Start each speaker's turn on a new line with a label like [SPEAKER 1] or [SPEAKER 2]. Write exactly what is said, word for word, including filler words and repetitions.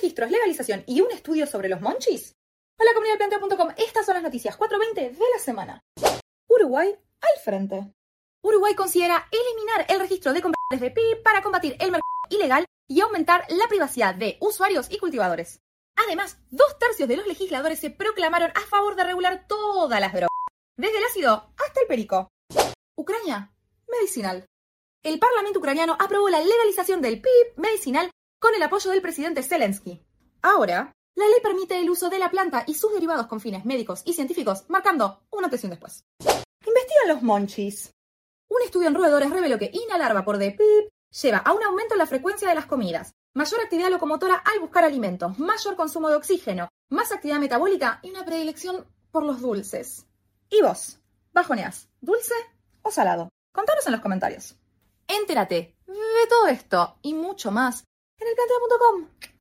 [SPEAKER 1] registros, legalización y un estudio sobre los monchis? Hola comunidad del planteo punto com, estas son las noticias cuatrocientos veinte de la semana. Uruguay al frente. Uruguay considera eliminar el registro de compradores de P I B para combatir el mercado ilegal y aumentar la privacidad de usuarios y cultivadores. Además, dos tercios de los legisladores se proclamaron a favor de regular todas las drogas, desde el ácido hasta el perico. Ucrania, medicinal. El Parlamento ucraniano aprobó la legalización del P I B medicinal con el apoyo del presidente Zelensky. Ahora, la ley permite el uso de la planta y sus derivados con fines médicos y científicos, marcando un antes y un después. Investigan los monchis. Un estudio en roedores reveló que inhalar vapor de P I B lleva a un aumento en la frecuencia de las comidas, mayor actividad locomotora al buscar alimentos, mayor consumo de oxígeno, más actividad metabólica y una predilección por los dulces. ¿Y vos? ¿Bajoneás dulce o salado? Contanos en los comentarios. Entérate de todo esto y mucho más en el planteo punto com.